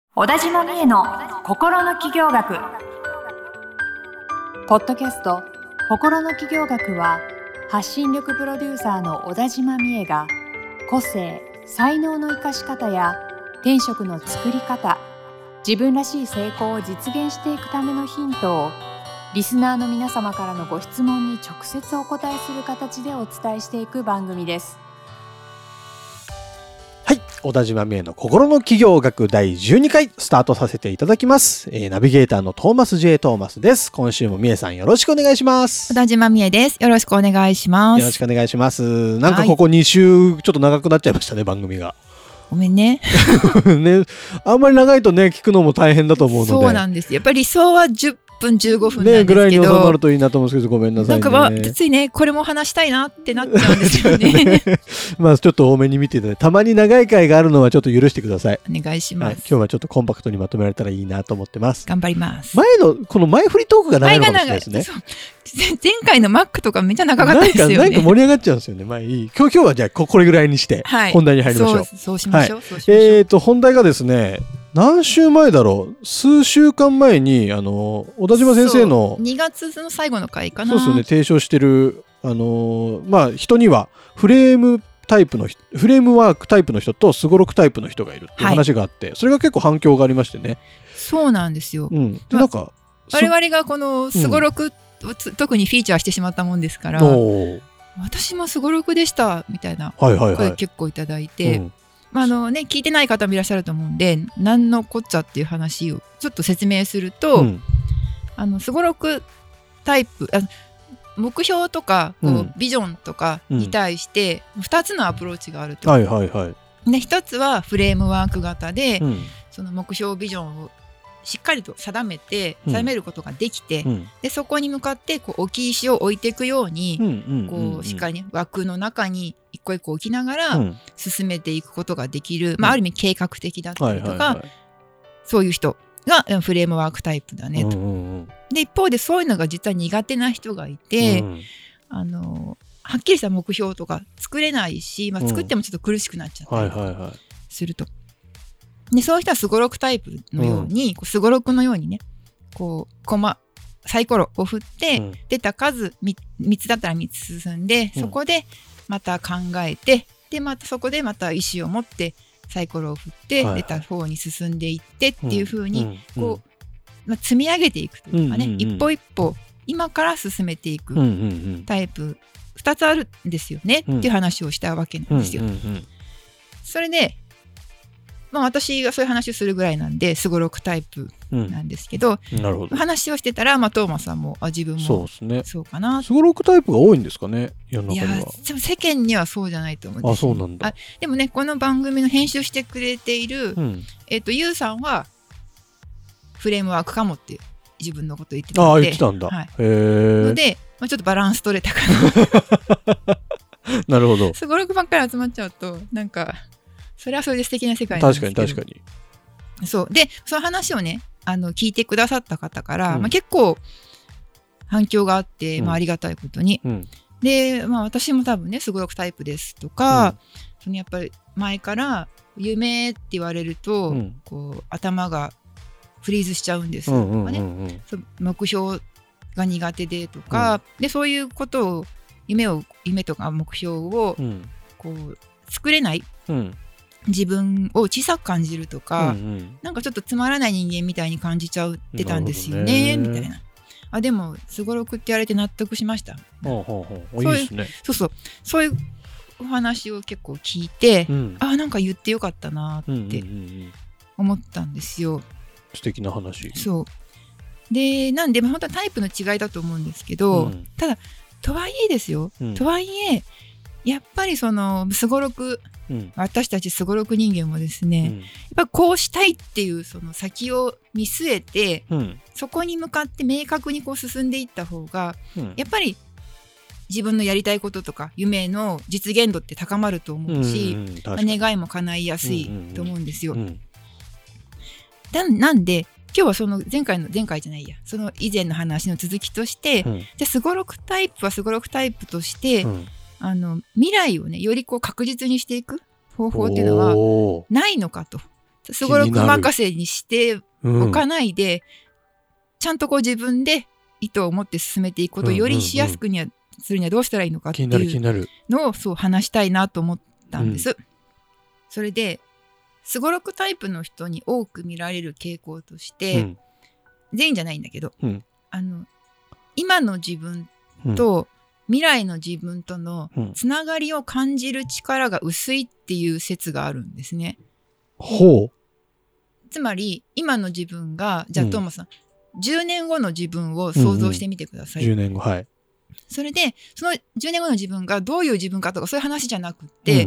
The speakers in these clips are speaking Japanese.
小田島美恵の心の起業学。ポッドキャスト心の起業学は、発信力プロデューサーの小田島美恵が個性、才能の生かし方や転職の作り方、自分らしい成功を実現していくためのヒントをリスナーの皆様からのご質問に直接お答えする形でお伝えしていく番組です。 はい、小田島美恵の心の起業学第12回スタートさせていただきます。ナビゲーターのトーマス J. トーマスです。今週も美恵さんよろしくお願いします。 小田島美恵です。よろしくお願いします。 よろしくお願いします。なんかここ2週ちょっと長くなっちゃいましたね、番組が。 ごめんね。 ね、あんまり長いとね聞くのも大変だと思うので。そうなんです。やっぱり理想は10分15分なんですけど、 ね、ぐらいに収まるといいなと思うんですけど、ごめんなさいね。 なんかついね、これも話したいなってなっちゃうんですよね。 まあちょっと多めに見ていただいて、たまに長い回があるのはちょっと許してください。 お願いします。 今日はちょっとコンパクトにまとめられたらいいなと思ってます。 頑張ります。 この前振りトークが長いのかもしれないですね。 前回のマックとかめっちゃ長かったですよね。 なんか盛り上がっちゃうんですよね。今日はじゃあこれぐらいにして、本題に入りましょう。 そうしましょう。 本題がですね、何週前だろう、数週間前に小田島先生の 2月の最後の回かな。 そうですよね、提唱してる人にはフレームワークタイプの人とすごろくタイプの人がいるっていう話があって、それが結構反響がありましてね。 そうなんですよ。 でなんか我々がこのすごろくを特にフィーチャーしてしまったもんですから、私もすごろくでしたみたいな声結構いただいて、聞いてない方もいらっしゃると思うんで、何のこっちゃっていう話をちょっと説明すると、すごろくタイプ、目標とかビジョンとかに対して2つのアプローチがあると。で1つはフレームワーク型で、その目標ビジョンをしっかりと定めることができて、でそこに向かって置き石を置いていくように、しっかりね、枠の中に一個一個置きながら進めていくことができる、ある意味計画的だったりとか、そういう人がフレームワークタイプだねと。で一方でそういうのが実は苦手な人がいて、はっきりした目標とか作れないし、作ってもちょっと苦しくなっちゃったりすると。でそういう人はすごろくタイプのように、すごろくのようにね、サイコロを振って、出た数 3つだったら3つ進んで、そこでまた考えて、でまたそこでまた石を持ってサイコロを振って、出た方に進んでいってっていう風に積み上げていくというかね、一歩一歩今から進めていくタイプ2つあるんですよね、っていう話をしたわけなんですよ。それで私がそういう話をするぐらいなんで、すごろくタイプなんですけど、話をしてたら、トーマさんも自分もそうかな。 すごろくタイプが多いんですかね、世の中には。 いや、世間にはそうじゃないと思うんです。 そうなんだ。 でもね、この番組の編集してくれている、ゆうさんはフレームワークかもって自分のこと言ってたんで。 言ってたんだ。 ので、ちょっとバランス取れたかな。 なるほど。 すごろくばっかり集まっちゃうと、なんかそれはそれで素敵な世界なんですけど。確かに。そうで、その話をね、聞いてくださった方から、結構反響があって、ありがたいことに。で、私も多分ね、すごろくタイプですとか、やっぱり前から夢って言われると、頭がフリーズしちゃうんですとかね、目標が苦手でとか、でそういうことを夢とか目標を作れない。自分を小さく感じるとか、なんかちょっとつまらない人間みたいに感じちゃってたんですよね、みたいな。でもすごろくって言われて納得しました。そういうお話を結構聞いて、なんか言ってよかったなって思ったんですよ。 素敵な話。 そうで、なんで本当はタイプの違いだと思うんですけど、ただとはいえですよ、とはいえやっぱりそのすごろく、私たちすごろく人間もですね、やっぱこうしたいっていうその先を見据えて、そこに向かって明確に進んでいった方が、やっぱり自分のやりたいこととか夢の実現度って高まると思うし、願いも叶いやすいと思うんですよ。なんで今日はその前回じゃないや、その以前の話の続きとして、じゃあすごろくタイプはすごろくタイプとして、未来をねより確実にしていく方法っていうのはないのかと。 すごろく任せにしておかないで、ちゃんとこう自分で意図を持って進めていくことをよりしやすくするにはどうしたらいいのかっていうのをそう話したいなと思ったんです。それですごろくタイプの人に多く見られる傾向として、全員じゃないんだけど、今の自分と未来の自分とのつながりを感じる力が薄いっていう説があるんですね。 ほう。 つまり今の自分が、じゃあトーマスさん、10年後の自分を想像してみてください。 10年後、はい。 それでその10年後の自分がどういう自分かとかそういう話じゃなくって、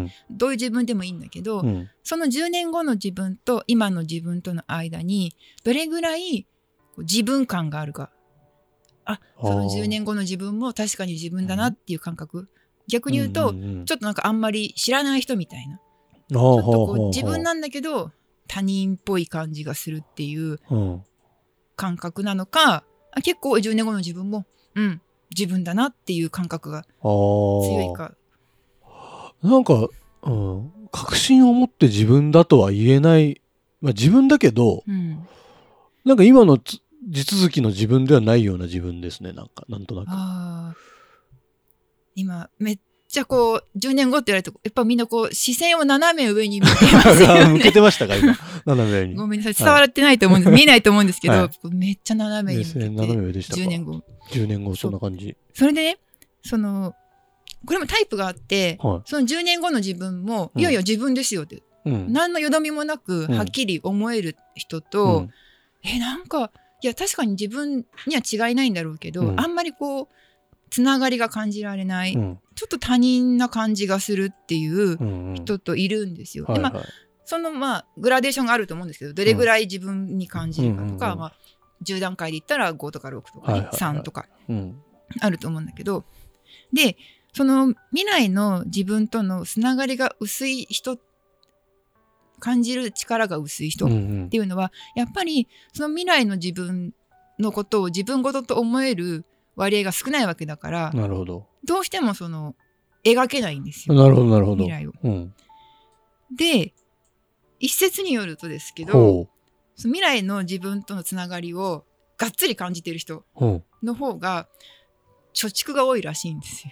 どういう自分でもいいんだけど、その10年後の自分と今の自分との間にどれぐらい自分感があるか。その10年後の自分も確かに自分だなっていう感覚。逆に言うと、ちょっとなんかあんまり知らない人みたいな。ちょっとこう自分なんだけど他人っぽい感じがするっていう感覚なのか、結構10年後の自分も自分だなっていう感覚が強いか。 なんか、確信を持って自分だとは言えない、自分だけど、なんか今の地続きの自分ではないような自分ですね。なんとなく。 今めっちゃこう10年後って言われるとやっぱみんなこう視線を斜め上に向けますよね。 向けてましたか今斜め上に。 ごめんなさい、伝わってないと思うんです、見えないと思うんですけど、めっちゃ斜めに向けて。 斜め上でしたか。10年後そんな感じ。 それでね、これもタイプがあって、その10年後の自分もいやいや自分ですよって、何のよどみもなくはっきり思える人と、なんかいや確かに自分には違いないんだろうけど、あんまりこうつながりが感じられない、ちょっと他人な感じがするっていう人といるんですよ。でそのグラデーションがあると思うんですけど、どれぐらい自分に感じるかとか、10段階で言ったら5とか6とか、3とかあると思うんだけど、でその未来の自分とのつながりが薄い人、感じる力が薄い人っていうのは、やっぱりその未来の自分のことを自分ごとと思える割合が少ないわけだから、 なるほど、 どうしても描けないんですよ。 なるほどなるほど。 未来を。で一説によるとですけど、その未来の自分とのつながりをがっつり感じている人の方が貯蓄が多いらしいんですよ。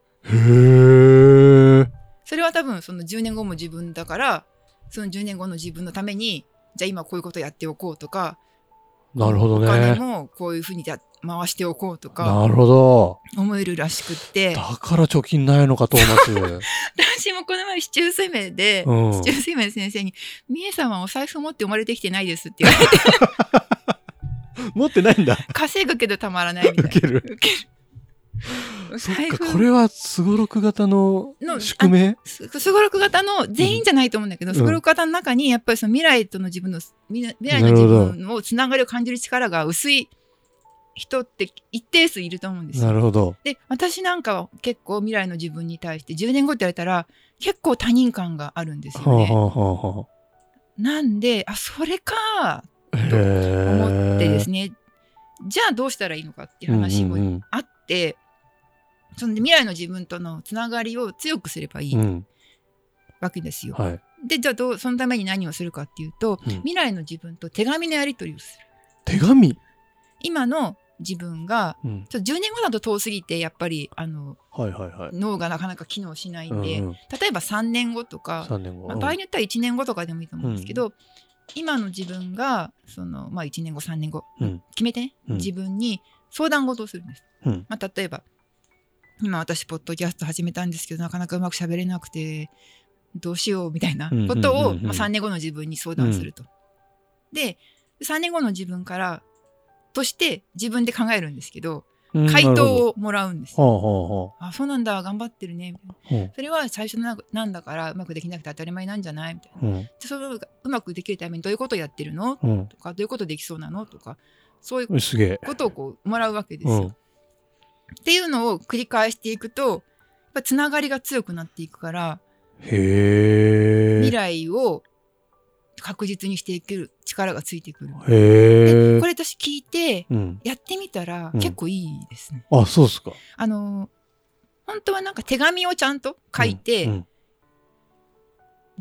へえ。 それは多分その10年後も自分だから、その10年後の自分のためにじゃあ今こういうことやっておこうとか、 なるほどね、 お金もこういうふうに回しておこうとか、 なるほど、 思えるらしくって、 だから貯金ないのかと思います私もこの前市中水明で、市中水明先生に「みえさんはお財布持って生まれてきてないです」って言われて持ってないんだ。 稼ぐけどたまらないみたいな。ウケるそっか、これはすごろく型の宿命？ すごろく型の全員じゃないと思うんだけど、すごろく型の中にやっぱりその未来との自分の未来の自分をつながりを感じる力が薄い人って一定数いると思うんですよ。 なるほど。 で私なんかは結構未来の自分に対して10年後って言われたら結構他人感があるんですよね。なんでそれかと思ってですね、じゃあどうしたらいいのかっていう話もあって、その未来の自分とのつながりを強くすればいいわけですよ。でじゃあそのために何をするかっていうと、未来の自分と手紙のやり取りをする。 手紙？ 今の自分が、ちょっと10年後だと遠すぎてやっぱり脳がなかなか機能しないんで、例えば3年後とか、場合によっては1年後とかでもいいと思うんですけど、今の自分が1年後3年後、決めてね、自分に相談事をするんです。例えば今私ポッドキャスト始めたんですけどなかなかうまく喋れなくてどうしようみたいなことを3年後の自分に相談すると。で3年後の自分からとして自分で考えるんですけど、回答をもらうんです。そうなんだ、頑張ってるねみたいな。それは最初なんだからうまくできなくて当たり前なんじゃないみたいな。それをうまくできるためにどういうことをやってるの、とかどういうことできそうなのとか、そういうことをもらうわけですよ。っていうのを繰り返していくとやっぱつながりが強くなっていくから、未来を確実にしていける力がついてくる。でこれ私聞いて、やってみたら結構いいですね。 そうですか。 本当はなんか手紙をちゃんと書いて、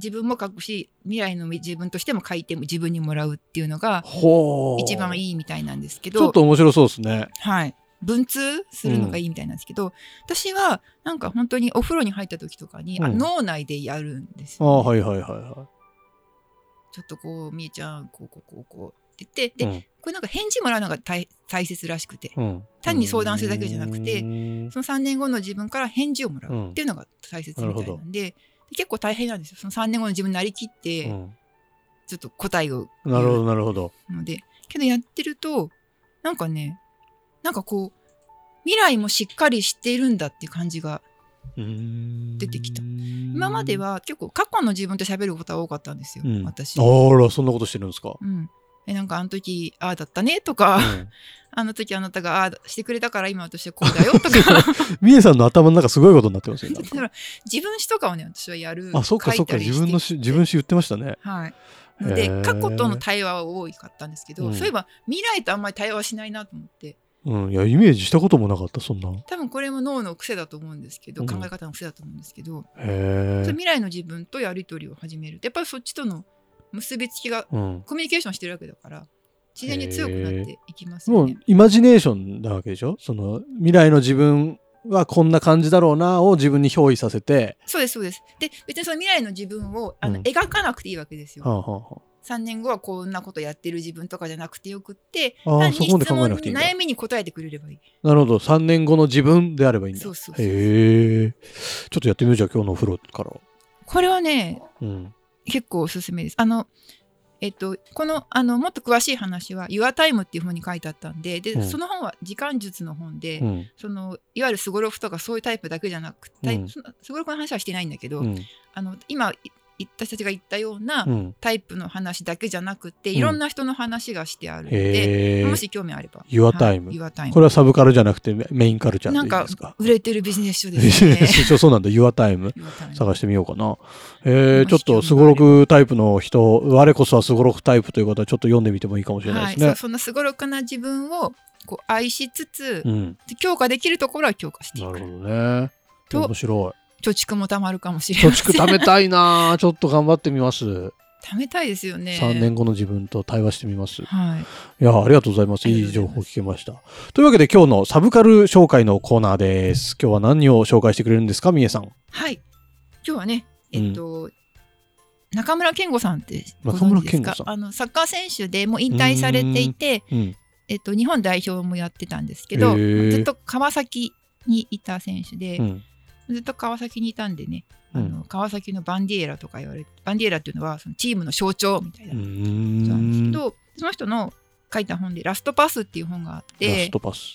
自分も書くし未来の自分としても書いても自分にもらうっていうのが一番いいみたいなんですけど、 ちょっと面白そうですね。 はい、文通するのがいいみたいなんですけど、私はなんか本当にお風呂に入った時とかに、脳内でやるんですよ、ね。 はいはいはいはい。 ちょっとこうみえちゃんこうって言ってで、これなんか返事もらうのが大切らしくて、単に相談するだけじゃなくてその3年後の自分から返事をもらうっていうのが大切みたいなんで、結構大変なんですよ。その3年後の自分になりきって、ちょっと答えをなるほどなるほどので、けどやってるとなんかね、なんかこう未来もしっかりしているんだっていう感じが出てきた。今までは結構過去の自分と喋ることが多かったんですよ、私。 あら、そんなことしてるんですか。 なんかあの時ああだったねとか、あの時あなたがああしてくれたから今私はこうだよとかみえさんの頭の中すごいことになってますよ。 だから自分史とかをね私はやる。 あ、そっかそっか、自分史言ってましたね。 はい。で過去との対話は多かったんですけど、そういえば未来とあんまり対話しないなと思って。 いやイメージしたこともなかった。そんな多分これも脳の癖だと思うんですけど、考え方の癖だと思うんですけど、未来の自分とやり取りを始める。やっぱりそっちとの結びつきが、コミュニケーションしてるわけだから自然に強くなっていきますよね。 もうイマジネーションなわけでしょ。その未来の自分はこんな感じだろうなを自分に憑依させて。 そうですそうです。で別にその未来の自分を描かなくていいわけですよ。3年後はこんなことやってる自分とかじゃなくてよくって、単に質問に悩みに答えてくれればいい。 なるほど。3年後の自分であればいいんだ。 そうそう。 へえ。ちょっとやってみよう。じゃあ今日のお風呂から。 これはね、結構おすすめです。このもっと詳しい話は Your Time っていう本に書いてあったんで、その本は時間術の本で、そのいわゆるすごろくとかそういうタイプだけじゃなくて、すごろくの話はしてないんだけど、今私たちが言ったようなタイプの話だけじゃなくて、いろんな人の話がしてあるので、もし興味あれば Your Time、これはサブカルじゃなくてメインカルチャーでいいですか。 なんか売れてるビジネス書ですね。 そうなんだ。Your Time 探してみようかな。ちょっとすごろくタイプの人、我こそはすごろくタイプということはちょっと読んでみてもいいかもしれないですね。 そんなすごろくな自分をこう愛しつつ、強化できるところは強化していく。 なるほどね。面白い。 貯蓄もたまるかもしれない。 貯蓄貯めたいな。ちょっと頑張ってみます。 貯めたいですよね。 3年後の自分と対話してみます。 はい。 いや、ありがとうございます。いい情報聞けました。というわけで今日のサブカル紹介のコーナーです。今日は何を紹介してくれるんですか、みえさん。 はい。今日はね、中村健吾さんってご存知ですか。サッカー選手でもう引退されていて、日本代表もやってたんですけど、ずっと川崎にいた選手で、ずっと川崎にいたんでね、川崎のバンディエラとか言われて、バンディエラっていうのはそのチームの象徴みたいな人なんですけど、その人の書いた本でラストパスっていう本があって、 ラストパス、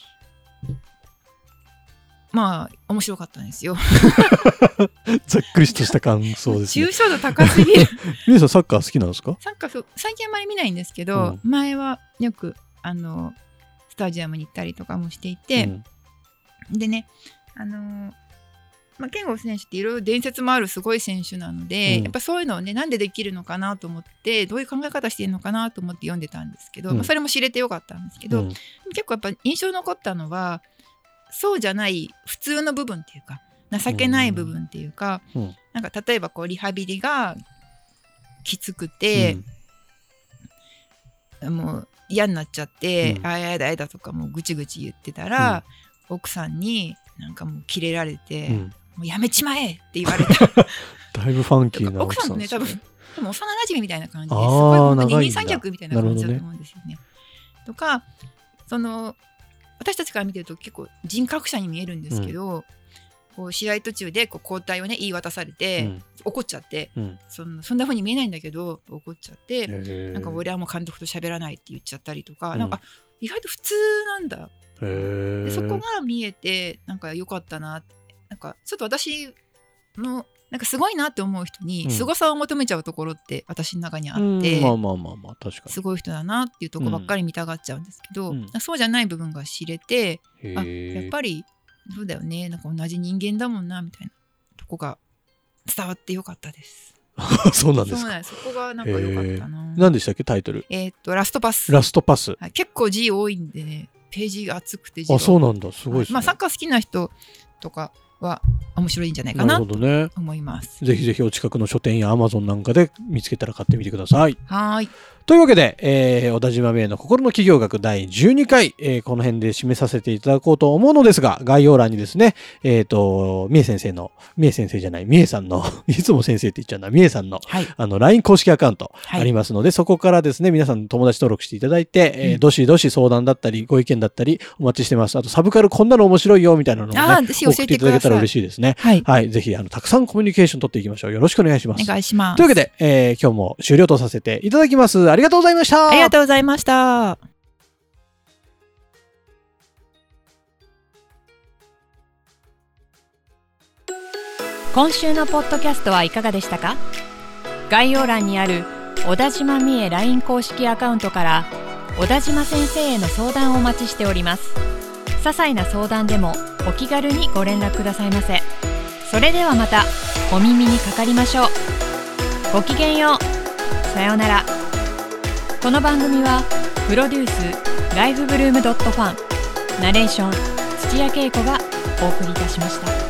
まあ面白かったんですよ。 ざっくりとした感想ですね。 抽象度高すぎる。 皆さんサッカー好きなんですか？ サッカー最近あまり見ないんですけど、前はよくスタジアムに行ったりとかもしていて、でね、健吾選手っていろいろ伝説もあるすごい選手なので、やっぱそういうのをね、なんでできるのかなと思って、どういう考え方してるのかなと思って読んでたんですけど、それも知れてよかったんですけど、結構やっぱ印象に残ったのはそうじゃない普通の部分っていうか、情けない部分っていうか、なんか例えばこうリハビリがきつくて、もう嫌になっちゃって、ああやだやだとかもうぐちぐち言ってたら、奥さんになんかもうキレられて、もうやめちまえって言われた。 だいぶファンキーな奥さんもね、多分でも幼なじみみたいな感じですごい二人三脚みたいな感じだと思うんですよね。とか、私たちから見てると結構人格者に見えるんですけど、こう試合途中でこう交代をね言い渡されて、怒っちゃって、そんな風に見えないんだけど怒っちゃって、なんか俺はもう監督と喋らないって言っちゃったりとか、なんか意外と普通なんだ。でそこが見えてなんか良かったな。なんかちょっと私のなんかすごいなって思う人に凄さを求めちゃうところって私の中にあって、 まあ確かにすごい人だなっていうところばっかり見たがっちゃうんですけど、そうじゃない部分が知れて、やっぱりそうだよね、なんか同じ人間だもんなみたいなとこが伝わってよかったです。 そうなんですか。 そうなんです。そこがなんか良かったな。 何でしたっけタイトル？ ラストパス。 ラストパス。 結構字多いんでね、ページが厚くて字が。 そうなんだ、すごいですね。 サッカー好きな人とかは面白いんじゃないかなと思います。 ぜひぜひお近くの書店や Amazon なんかで見つけたら買ってみてください。 はい。 というわけで、小田島美恵の心の企業学第12回、この辺で締めさせていただこうと思うのですが、概要欄にですね、美恵さんのいつも先生って言っちゃうんだ、美恵さんの、はい、LINE 公式アカウントありますので、はい、そこからですね、皆さん友達登録していただいて、どしどし相談だったりご意見だったりお待ちしてます。あとサブカルこんなの面白いよみたいなのをね、送っていただけたら嬉しいですね。はい、はい、ぜひたくさんコミュニケーション取っていきましょう。よろしくお願いします。 お願いします。 というわけで、今日も終了とさせていただきます。ありがとうございました。 ありがとうございました。 今週のポッドキャストはいかがでしたか？概要欄にある小田島美恵 LINE 公式アカウントから小田島先生への相談をお待ちしております。些細な相談でもお気軽にご連絡くださいませ。それではまたお耳にかかりましょう。ごきげんよう。さようなら。この番組はプロデュースライフブルームドットファン、ナレーション土屋恵子がお送りいたしました。